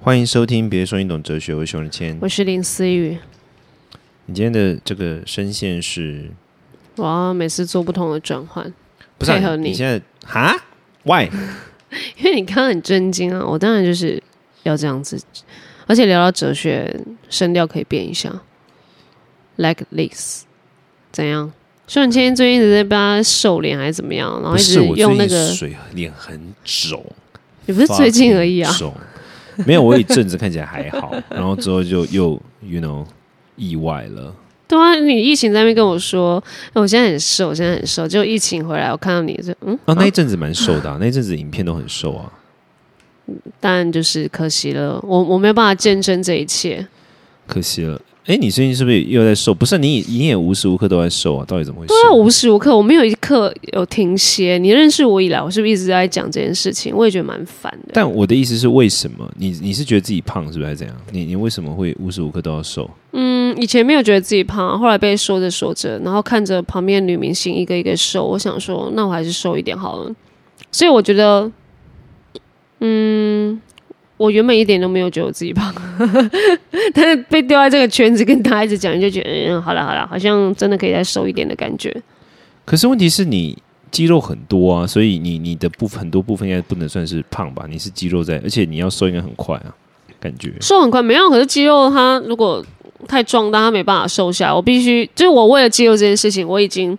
欢迎收听，别说你懂哲学，我是熊仁谦， 我是林思雨。 你今天的这个声线是？ 我要每次做不同的转换， 不是、啊、 配合你。 你现在哈 ？Why？ 因为你刚刚很震惊啊，我当然就是要这样子，而且聊到哲学，声调可以变一下 ，like this， 怎样？熊仁谦最近一直在帮他瘦脸还是怎么样？然后一直用那个水脸很肿。 你不是最近而已啊？ 没有，我一阵子看起来还好，然后之后就又 意外了。 对啊，你疫情在那边跟我说，我现在很瘦，我现在很瘦，结果疫情回来，我看到你就那一阵子蛮瘦的、啊，那一阵子影片都很瘦啊。 但就是可惜了，我没有办法见证这一切， 可惜了。哎，你最近是不是又在瘦？不是，你也无时无刻都在瘦啊？到底怎么回事？ 对啊，无时无刻我没有一刻有停歇。你认识我以来，我是不是一直在讲这件事情？我也觉得蛮烦的。 但我的意思是，为什么你是觉得自己胖，是不是还是怎样？你为什么会无时无刻都要瘦？ 以前没有觉得自己胖，后来被说着说着，然后看着旁边的女明星一个一个瘦，我想说，那我还是瘦一点好了。所以我觉得，我原本一点都没有觉得我自己胖，但是被丢在这个圈子跟大家一直讲，就觉得好了，好像真的可以再瘦一点的感觉。 可是问题是你肌肉很多啊，所以你的很多部分应该不能算是胖吧？你是肌肉在，而且你要瘦应该很快啊，感觉瘦很快没有。可是肌肉它如果太壮大，它没办法瘦下来。我必须就是我为了肌肉这件事情，我已经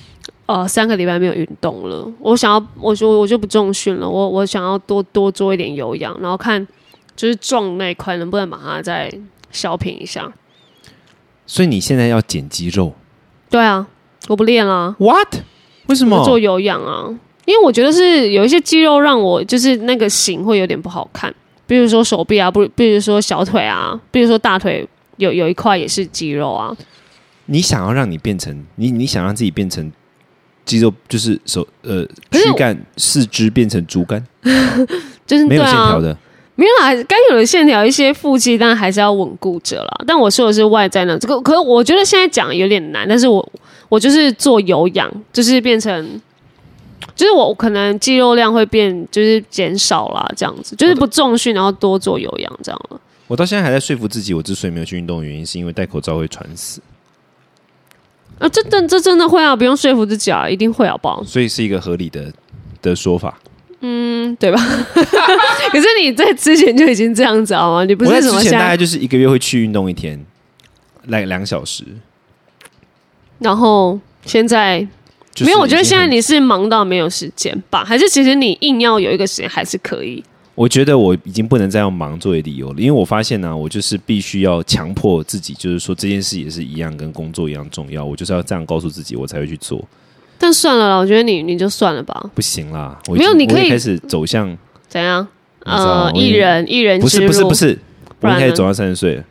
3个礼拜没有运动了。我想要，我就不重训了。我想要多做一点有氧，然后看就是壮那一块能不能把它再削平一下。 所以你现在要减肌肉？ 对啊，我不练啦。 What？ 为什么？ 我做有氧啊，因为我觉得是有一些肌肉让我就是那个型会有点不好看，比如说手臂啊，比如说小腿啊，比如说大腿有一块也是肌肉啊。 你想要让你变成你想让自己变成肌肉，就是躯干四肢变成竹竿， 就是没有线条的。 没有啦，该有的线条，一些腹肌当然还是要稳固着啦。但我说的是外在呢，这个可是我觉得现在讲有点难，但是我就是做有氧，就是变成，就是我可能肌肉量会变，就是减少啦，这样子，就是不重训，然后多做有氧这样了。 我到现在还在说服自己，我之所以没有去运动的原因，是因为戴口罩会传死。 这真的会啊，不用说服自己啊，一定会好不好？ 所以是一个合理的说法。 对吧？可是你在之前就已经这样子好吗？你不是什么？ 我在之前大概就是1个月会去运动1天，来2小时。 然后现在、就是、没有，我觉得现在你是忙到没有时间吧？还是其实你硬要有一个时间还是可以？ 我觉得我已经不能再用忙作为理由了，因为我发现呢、我就是必须要强迫自己，就是说这件事也是一样，跟工作一样重要，我就是要这样告诉自己，我才会去做。但算了啦，我觉得你就算了吧。 不行啦， 没有，你可以开始走向怎样？艺人之路不是，我开始走到30岁了。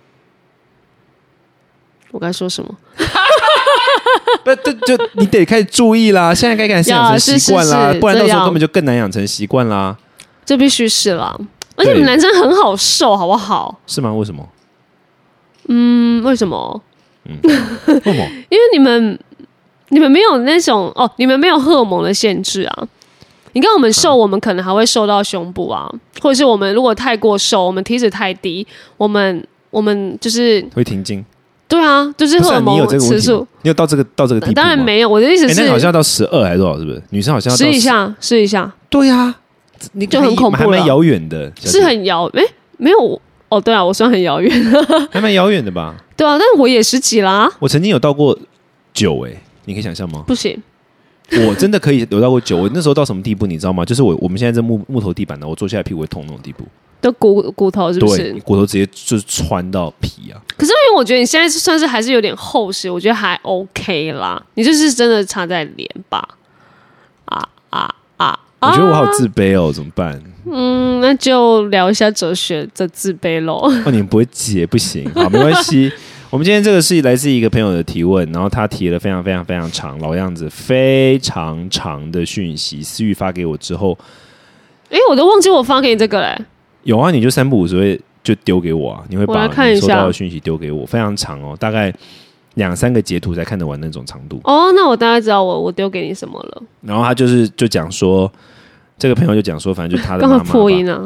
我该说什么？ 不，就你得开始注意啦，现在该开始养成习惯啦，不然到时候根本就更难养成习惯啦。这必须是啦，而且你们男生很好受，好不好？ 是吗？为什么？ 为什么？ 为什么？ 因为你们没有那种你们没有荷尔蒙的限制啊。你看我们瘦，我们可能还会瘦到胸部啊，或者是我们如果太过瘦，我们体脂太低，我们就是会停经。 对啊，就是荷尔蒙吃素。 你有到这个地步吗？ 当然没有，我的意思是， 那好像到12还是多少？是不是？女生好像要到试一下。 对啊，你就很恐怖了， 还蛮遥远的。 是很遥没有对啊，我算很遥远， 还蛮遥远的吧？ 对啊，但我也10几啦。 我曾经有到过9你可以想象吗？ 不行， 我真的可以有到过9。我那时候到什么地步你知道吗？就是我们现在这木头地板呢，我坐下来屁股会痛那种地步。 都骨头是不是？ 对，骨头直接就是穿到皮啊。 可是因为我觉得你现在算是还是有点厚实，我觉得还 OK 啦。你就是真的差在脸吧？ 我觉得我好自卑哦，怎么办？ 那就聊一下哲学的自卑咯。 你们不会解不行，好，没关系。我们今天这个是来自一个朋友的提问，然后他提了非常非常非常长，老样子非常长的讯息，思域发给我之后， 我都忘记我发给你这个嘞。 有啊，你就3不5时会就丢给我啊，你会把你收到的讯息丢给我，非常长哦，大概2、3个截图才看得完那种长度。 那我大概知道我丢给你什么了。 然后他就讲说，这个朋友就讲说，反正就他的妈妈刚好破音了，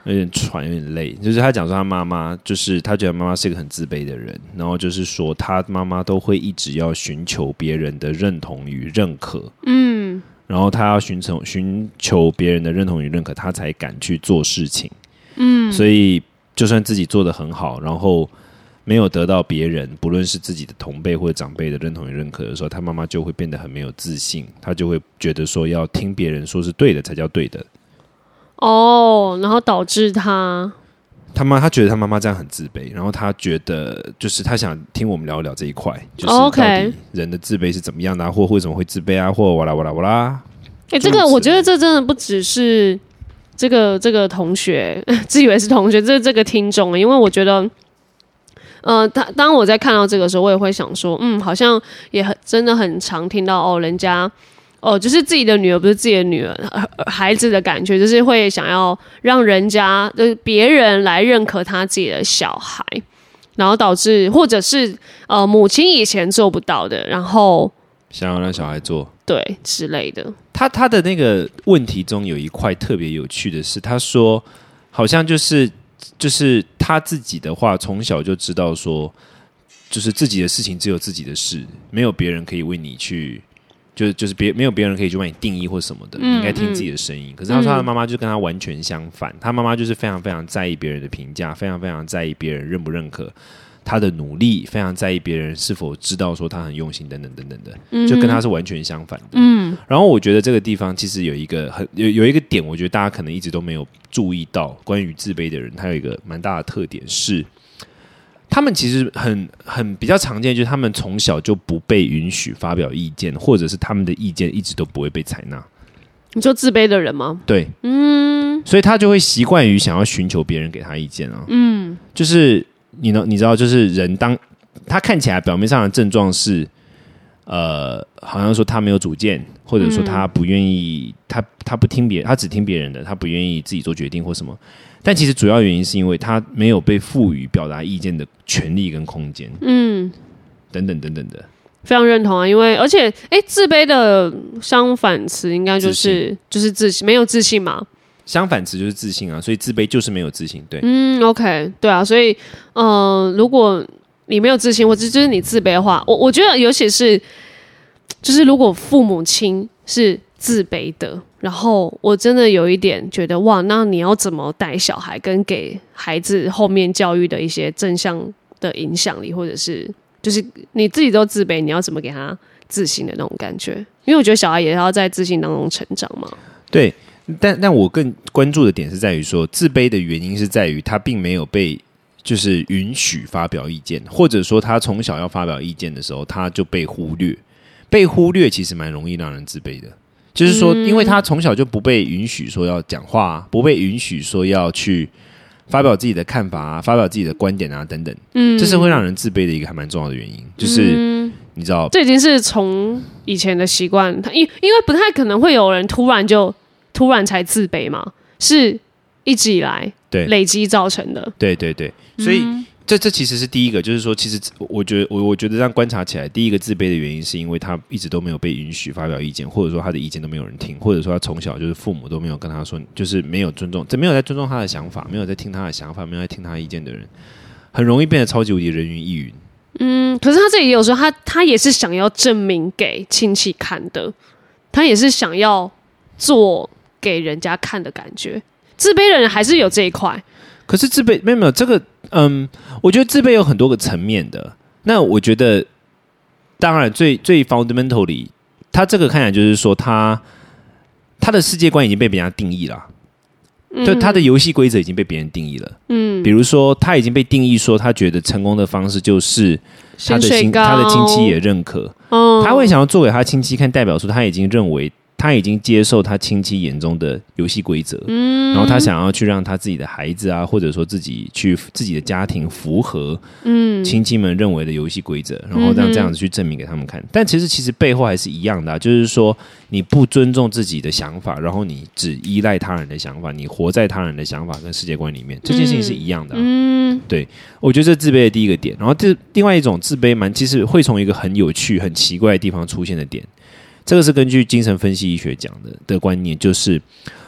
有点喘，有点累。就是他讲说他妈妈，就是他觉得妈妈是一个很自卑的人，然后就是说他妈妈都会一直要寻求别人的认同与认可，然后他要寻求别人的认同与认可，他才敢去做事情，所以就算自己做得很好，然后没有得到别人，不论是自己的同辈或者长辈的认同与认可的时候，他妈妈就会变得很没有自信，他就会觉得说要听别人说是对的才叫对的。 然后导致他觉得他妈妈这样很自卑，然后他觉得就是他想听我们聊一聊这一块，就是到底人的自卑是怎么样的啊，或为什么会自卑啊，或哇啦哇啦哇啦。 这个我觉得这真的不只是这个同学自以为是同学，这个听众，因为我觉得。当我在看到这个时候，我也会想说，好像也真的很常听到人家就是自己的女儿不是自己的女儿，孩子的感觉就是会想要让人家别人来认可他自己的小孩，然后导致或者是母亲以前做不到的，然后想要让小孩做， 对之类的。 他的那个问题中有一块特别有趣的是，他说好像就是他自己的话，从小就知道说，就是自己的事情只有自己的事，没有别人可以为你去，就是没有别人可以去帮你定义或什么的，你应该听自己的声音。可是他说他的妈妈就跟他完全相反，他妈妈就是非常非常在意别人的评价，非常非常在意别人认不认可他的努力，非常在意别人是否知道说他很用心等等等等的，就跟他是完全相反的。然后我觉得这个地方其实有一个点，我觉得大家可能一直都没有注意到，关于自卑的人，他有一个蛮大的特点是，他们其实很比较常见，就是他们从小就不被允许发表意见，或者是他们的意见一直都不会被采纳。 你说自卑的人吗？ 对，所以他就会习惯于想要寻求别人给他意见啊，就是你知道，就是人当他看起来表面上的症状是，好像说他没有主见，或者说他不愿意，他不听他只听别人的，他不愿意自己做决定或什么。但其实主要原因是因为他没有被赋予表达意见的权利跟空间，等等等等的。 非常认同啊，因为而且自卑的相反词应该就是自信，没有自信嘛。 相反词就是自信啊，所以自卑就是没有自信。对 ，OK， 对啊，所以如果你没有自信，或者就是你自卑的话，我觉得尤其是就是如果父母亲是自卑的，然后我真的有一点觉得哇，那你要怎么带小孩，跟给孩子后面教育的一些正向的影响力，或者是就是你自己都自卑，你要怎么给他自信的那种感觉？因为我觉得小孩也要在自信当中成长嘛。 对。但我更关注的点是在于说，自卑的原因是在于他并没有被就是允许发表意见，或者说他从小要发表意见的时候，他就被忽略。被忽略其实蛮容易让人自卑的，就是说，因为他从小就不被允许说要讲话，不被允许说要去发表自己的看法啊，发表自己的观点啊等等，这是会让人自卑的一个还蛮重要的原因，就是你知道， 这已经是从以前的习惯，因为不太可能会有人突然才自卑嘛，是一直以来累积造成的。对， 所以这其实是第一个，就是说，其实我觉得这样观察起来，第一个自卑的原因是因为他一直都没有被允许发表意见，或者说他的意见都没有人听，或者说他从小就是父母都没有跟他说，就是没有尊重，没有在尊重他的想法，没有在听他的想法，没有在听他的意见的人，很容易变得超级无敌人云亦云。 可是他这里有时候他也是想要证明给亲戚看的，他也是想要做给人家看的感觉。自卑的人还是有这一块。 可是自卑没有这个，我觉得自卑有很多个层面的。那我觉得，当然最 fundamentally， 他这个看起来就是说他的世界观已经被别人定义了，就他的游戏规则已经被别人定义了。比如说他已经被定义说，他觉得成功的方式就是他的亲戚也认可，他会想要做给他亲戚看，代表说他已经认为。他已经接受他亲戚眼中的游戏规则，然后他想要去让他自己的孩子啊，或者说自己的家庭符合亲戚们认为的游戏规则，然后让这样子去证明给他们看。但其实背后还是一样的，就是说你不尊重自己的想法，然后你只依赖他人的想法，你活在他人的想法跟世界观里面，这件事情是一样的。对，我觉得这自卑的第一个点，然后另外一种自卑其实会从一个很有趣、很奇怪的地方出现的点。这个是根据精神分析医学讲的观念，就是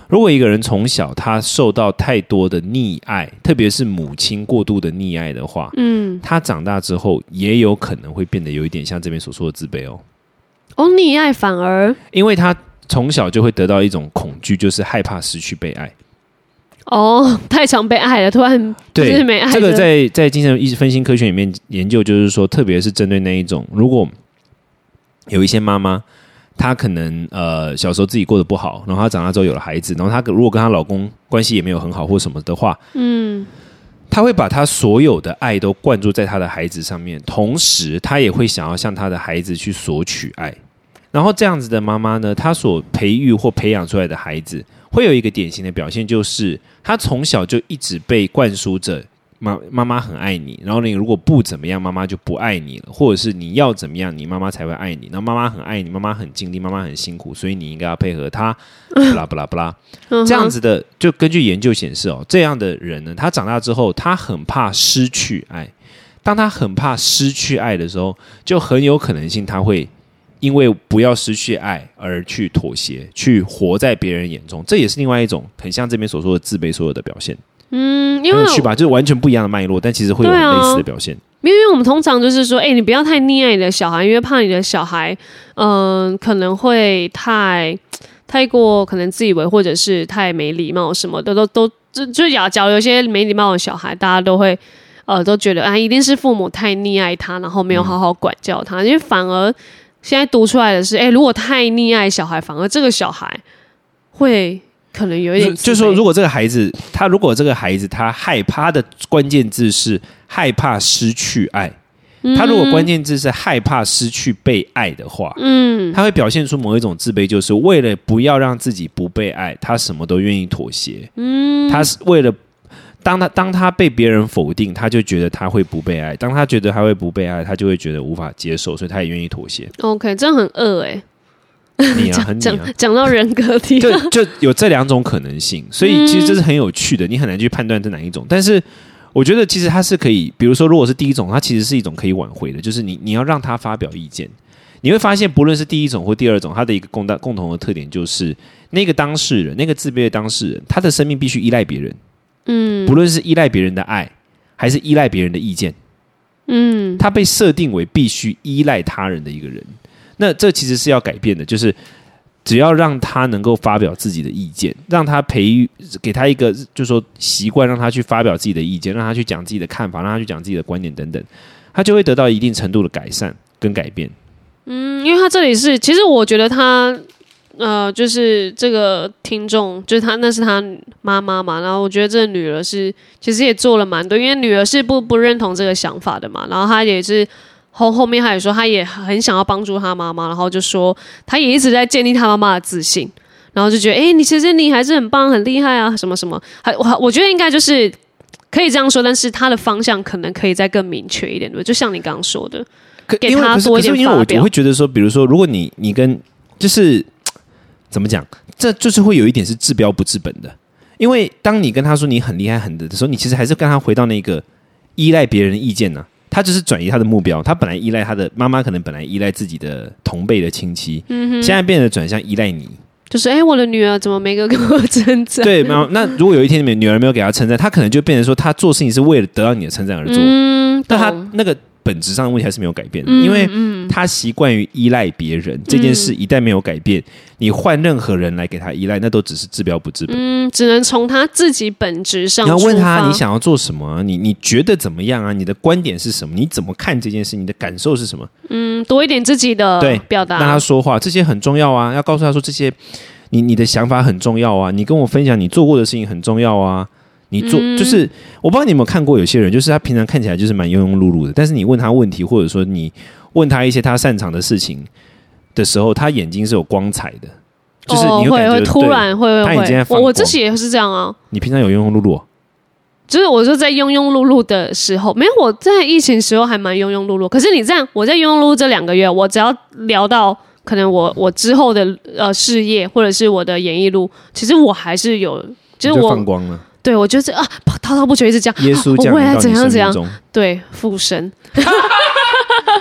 如果一个人从小他受到太多的溺爱，特别是母亲过度的溺爱的话，他长大之后也有可能会变得有一点像这边所说的自卑哦。 溺爱反而因为他从小就会得到一种恐惧，就是害怕失去被爱。 太常被爱了，突然就是没爱了。 这个在精神分析科学里面研究，就是说，特别是针对那一种，如果有一些妈妈，她可能小时候自己过得不好，然后她长大之后有了孩子，然后她如果跟她老公关系也没有很好或什么的话，她会把她所有的爱都灌注在她的孩子上面，同时她也会想要向她的孩子去索取爱。然后这样子的妈妈呢，她所培育或培养出来的孩子，会有一个典型的表现，就是她从小就一直被灌输着妈妈很爱你，然后你如果不怎么样，妈妈就不爱你了，或者是你要怎么样，你妈妈才会爱你。然后妈妈很爱你，妈妈很尽力，妈妈很辛苦，所以你应该要配合她，不啦不啦不啦。这样子的，就根据研究显示这样的人呢，他长大之后，他很怕失去爱。当他很怕失去爱的时候，就很有可能性他会因为不要失去爱而去妥协，去活在别人眼中。这也是另外一种很像这边所说的自卑所有的表现。 因为很有趣吧，就是完全不一样的脉络，但其实会有很类似的表现。 因为我们通常就是说，你不要太溺爱你的小孩，因为怕你的小孩，可能会太过可能自以为，或者是太没礼貌什么的，就假如有些没礼貌的小孩，大家都会都觉得一定是父母太溺爱他，然后没有好好管教他，因为反而现在读出来的是，如果太溺爱小孩，反而这个小孩会可能有一点自卑， 就是说，如果这个孩子他害怕的关键字是害怕失去爱，他如果关键字是害怕失去被爱的话，他会表现出某一种自卑，就是为了不要让自己不被爱，他什么都愿意妥协。他是为了当他被别人否定，他就觉得他会不被爱；当他觉得他会不被爱，他就会觉得无法接受，所以他也愿意妥协。 OK， 这样很恶你啊，很你啊， 讲到人格体， 就有这两种可能性，所以其实这是很有趣的，你很难去判断这哪一种。但是我觉得其实它是可以，比如说如果是第一种，它其实是一种可以挽回的，就是你要让他发表意见。你会发现，不论是第一种或第二种，它的一个共同的特点就是，那个当事人，那个自卑的当事人，他的生命必须依赖别人。不论是依赖别人的爱，还是依赖别人的意见，他被设定为必须依赖他人的一个人。那这其实是要改变的，就是只要让他能够发表自己的意见，让他给他一个就是说习惯，让他去发表自己的意见，让他去讲自己的看法，让他去讲自己的观点等等，他就会得到一定程度的改善跟改变。因为他这里是，其实我觉得他就是这个听众，就是那是他妈妈嘛，然后我觉得这个女儿是其实也做了蛮多，因为女儿是不认同这个想法的嘛，然后她也是后面他也说他也很想要帮助他妈妈，然后就说他也一直在建立他妈妈的自信，然后就觉得其实你还是很棒很厉害啊什么什么，我觉得应该就是可以这样说，但是他的方向可能可以再更明确一点，对，就像你刚刚说的，给他多一点发表。 因为我会觉得说，比如说如果你跟就是怎么讲，这就是会有一点是治标不治本的，因为当你跟他说你很厉害很的时候，你其实还是跟他回到那个依赖别人的意见呢。他就是转移他的目标，他本来依赖他的妈妈，可能本来依赖自己的同辈的亲戚，现在变得转向依赖你， 就是我的女儿怎么没个给我称赞？ 对，那如果有一天你们女儿没有给他称赞，他可能就变成说他做事情是为了得到你的称赞而做，但他那个本质上的问题还是没有改变的，因为他习惯于依赖别人，这件事一旦没有改变，你换任何人来给他依赖，那都只是治标不治本。 只能从他自己本质上出发。 你要问他你想要做什么啊？你觉得怎么样啊？你的观点是什么？你怎么看这件事？你的感受是什么？ 多一点自己的表达， 让他说话，这些很重要啊！要告诉他说这些，你的想法很重要啊！你跟我分享你做过的事情很重要啊！你做就是我不知道你有没有看过有些人，就是他平常看起来就是蛮庸庸碌碌的，但是你问他问题，或者说你问他一些他擅长的事情的时候，他眼睛是有光彩的，就是你会感觉会突然会他眼睛在放光。 我自己也是这样啊。 你平常有庸庸碌碌？ 就是我就在庸庸碌碌的时候，没有，我在疫情时候还蛮庸庸碌碌。可是你这样，我在庸庸碌碌这2个月，我只要聊到可能我之后的事业或者是我的演艺路，其实我还是有，就是我放光了。 对，我就是滔滔不绝一直讲， 耶稣降临到你生命中， 对，附身。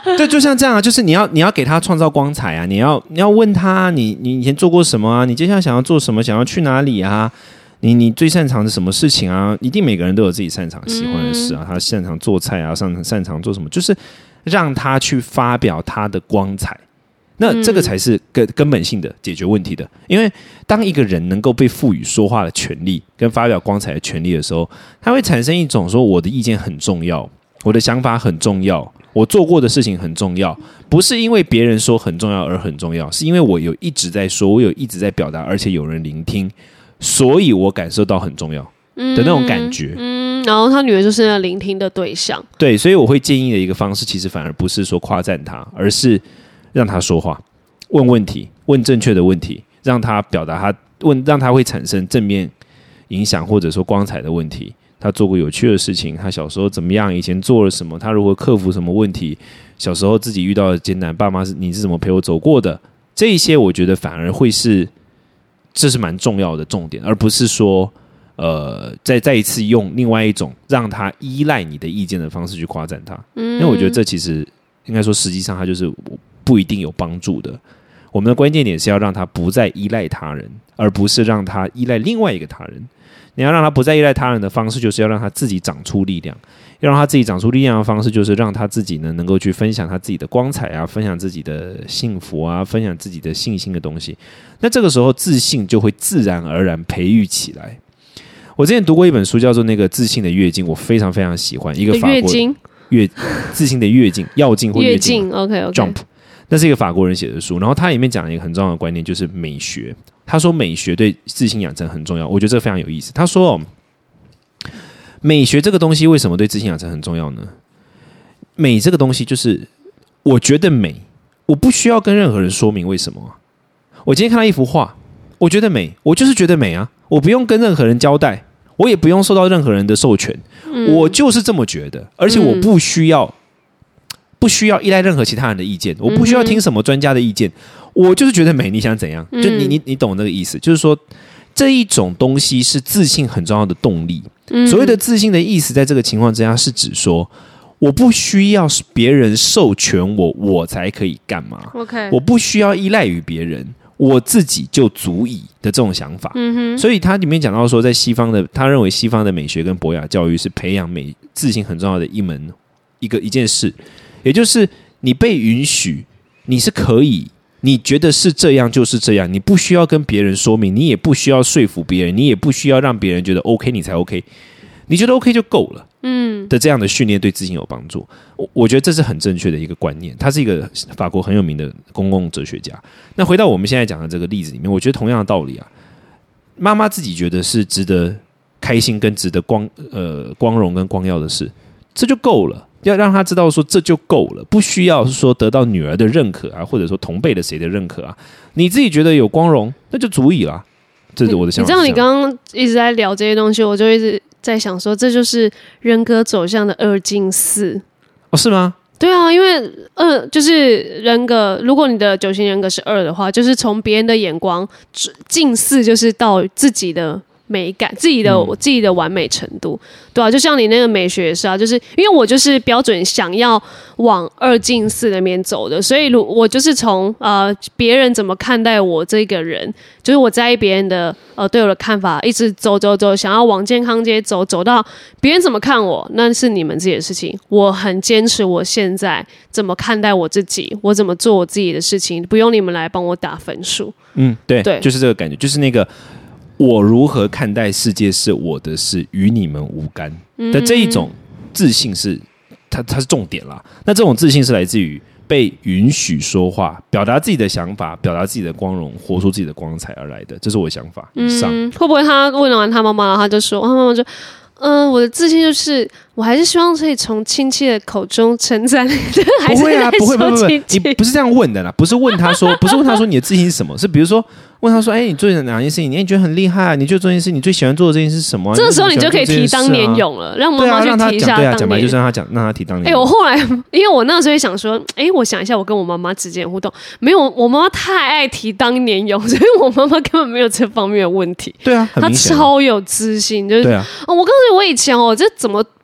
对，就像这样啊，就是你要给他创造光彩啊，你要问他你以前做过什么啊，你接下来想要做什么，想要去哪里啊，你最擅长的什么事情啊？一定每个人都有自己擅长喜欢的事啊，他擅长做菜啊，擅长做什么，就是让他去发表他的光彩。那这个才是根本性的解决问题的，因为当一个人能够被赋予说话的权利跟发表光彩的权利的时候，他会产生一种说我的意见很重要，我的想法很重要，我做过的事情很重要，不是因为别人说很重要而很重要，是因为我有一直在说，我有一直在表达，而且有人聆听，所以我感受到很重要的那种感觉。 然后他女儿就是那聆听的对象。对， 所以我会建议的一个方式，其实反而不是说夸赞他，而是让他说话，问问题，问正确的问题，让他表达让他会产生正面影响或者说光彩的问题。他做过有趣的事情，他小时候怎么样，以前做了什么，他如何克服什么问题，小时候自己遇到的艰难，爸妈你是怎么陪我走过的，这一些我觉得反而会这是蛮重要的重点，而不是说再一次用另外一种让他依赖你的意见的方式去夸赞他。因为我觉得这其实应该说实际上他就是不一定有帮助的。我们的关键点是要让他不再依赖他人，而不是让他依赖另外一个他人。你要让他不再依赖他人的方式，就是要让他自己长出力量。要让他自己长出力量的方式，就是让他自己呢能够去分享他自己的光彩啊，分享自己的幸福啊，分享自己的信心的东西。那这个时候自信就会自然而然培育起来。我之前读过一本书，叫做《那个自信的跃进》，我非常非常喜欢。一个法国自信的跃进，跃进或跃进 ，OK Jump。那是一个法国人写的书，然后他里面讲了一个很重要的观念，就是美学。他说美学对自信养成很重要，我觉得这个非常有意思。他说美学这个东西为什么对自信养成很重要呢？美这个东西就是我觉得美，我不需要跟任何人说明为什么啊。我今天看到一幅画，我觉得美，我就是觉得美啊，我不用跟任何人交代，我也不用受到任何人的授权，我就是这么觉得，而且我不需要依赖任何其他人的意见，我不需要听什么专家的意见，我就是觉得美，你想怎样？就你懂那个意思，就是说这一种东西是自信很重要的动力。所谓的自信的意思，在这个情况之下是指说，我不需要别人授权我才可以干嘛。 Okay. 我不需要依赖于别人，我自己就足以的这种想法。所以他里面讲到说，在他认为西方的美学跟博雅教育是培养自信很重要的一件事。也就是你被允许，你是可以，你觉得是这样就是这样，你不需要跟别人说明，你也不需要说服别人，你也不需要让别人觉得 OK 你才 OK， 你觉得 OK 就够了。的这样的训练对自信有帮助。我觉得这是很正确的一个观念。他是一个法国很有名的公共哲学家。那回到我们现在讲的这个例子里面，我觉得同样的道理啊，妈妈自己觉得是值得开心跟值得光荣跟光耀的事，这就够了。要让他知道说这就够了，不需要说得到女儿的认可啊，或者说同辈的谁的认可啊，你自己觉得有光荣，那就足以啦。这是我的想法。 你刚刚一直在聊这些东西，我就一直在想说，这就是人格走向的二进四。 哦，是吗？ 对啊，因为就是人格，如果你的9型人格是2的话，就是从别人的眼光进4，就是到自己的美感，自己的完美程度，对啊，就像你那个美学是啊，就是因为我就是标准想要往2进4那边走的，所以我就是从别人怎么看待我这个人，就是我在意别人的对我的看法，一直走，想要往健康街走到别人怎么看我，那是你们自己的事情。我很坚持我现在怎么看待我自己，我怎么做我自己的事情，不用你们来帮我打分数。 对，就是这个感觉，就是那个。我如何看待世界是我的事，与你们无干的这一种自信是它是重点啦。那这种自信是来自于被允许说话，表达自己的想法，表达自己的光荣，活出自己的光彩而来的。这是我的想法。以上会不会他问完他妈妈，然后他就说，他妈妈就我的自信就是我还是希望可以从亲戚的口中称赞你的。 不会啊，不会，你不是这样问的啦，不是问他说你的自信是什么，是比如说问他说，你做哪件事情，你觉得很厉害，你就做这件事，你最喜欢做的这件事是什么？ 这个时候你就可以提当年勇了，让妈妈去提一下当年。 讲白就是让他提当年勇。 我后来因为我那时候也想说，我想一下我跟我妈妈之间的互动，没有，我妈妈太爱提当年勇，所以我妈妈根本没有这方面的问题。 对啊，很明显她超有自信，就是对啊。 我告诉你，我以前这怎么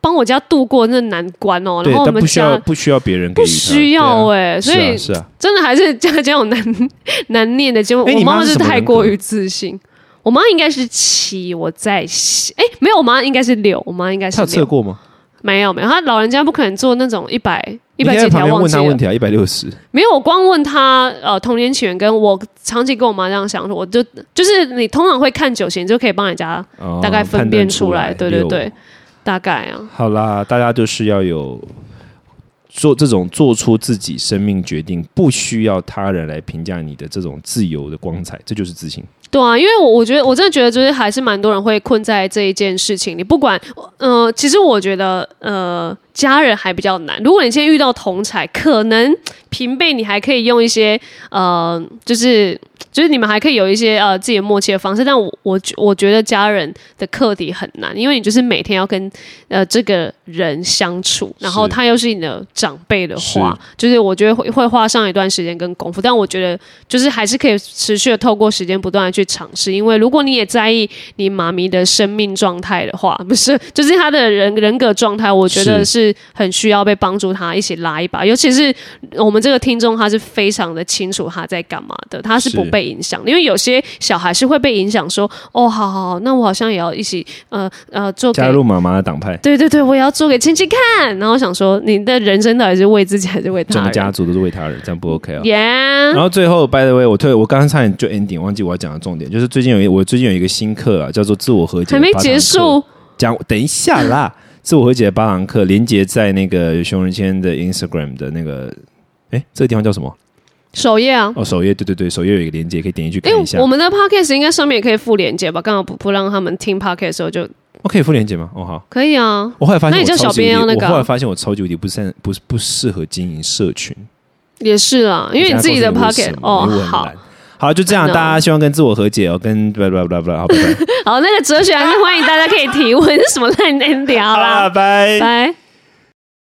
帮我家度过那难关哦。然后我们家不需要别人给予他， 不需要所以是啊， 真的还是家有难念的经。我妈妈是太过于自信。我妈应该是7，我在没有，我妈应该是6，我妈应该是6。 她有测过吗？ 没有，她老人家不可能做那种100几条忘记了。 问她问题啊，160。没有，我光问她童年起源，跟我长期跟我妈这样想，我就是你通常会看酒型，就可以帮人家大概分辨出来，对对对，大概啊。 好啦，大家就是要有做出自己生命决定，不需要他人来评价你的这种自由的光彩，这就是自信。 对啊，因为我觉得我真的觉得就是还是蛮多人会困在这一件事情里，不管其实我觉得家人还比较难。如果你现在遇到同侪，可能平辈你还可以用一些就是你们还可以有一些自己的默契的方式，但我觉得家人的课题很难，因为你就是每天要跟这个人相处，然后他又是你的长辈的话，就是我觉得会花上一段时间跟功夫，但我觉得就是还是可以持续的透过时间不断的去尝试，因为如果你也在意你妈咪的生命状态的话，不是就是他的人格状态，我觉得是很需要被帮助他一起拉一把，尤其是我们这个听众他是非常的清楚他在干嘛的，他是不被影响，因为有些小孩是会被影响说好，那我好像也要一起做加入妈妈的党派， 对对对，我也要做给亲戚看，然后想说你的人生到底是为自己还是为他人？整个家族都是为他人，这样不 OK 啊。 然后最后 by the way， 我刚刚差点就 ending 忘记我要讲的重点，就是我最近有一个新课啊，叫做自我和解， 还没结束， 等一下啦。自我和解的8堂课连结在那个熊仁谦的 Instagram 的那个这个地方叫什么？首页啊。首页，对对对，首页有一个连结可以点进去看一下。 我们的 podcast 应该上面也可以附连结吧？刚好不让他们听 podcast 的时候就可以附连结吗？好， 可以啊。 我后来发现那你叫小编要那个。 我后来发现我超级无敌不适合经营社群。 也是啦，因为你自己的 podcast 好，就这样，大家希望跟自我和解跟好，拜拜。 好，那个哲学还是欢迎大家可以提问，是什么烂 ending 好啦， 拜拜。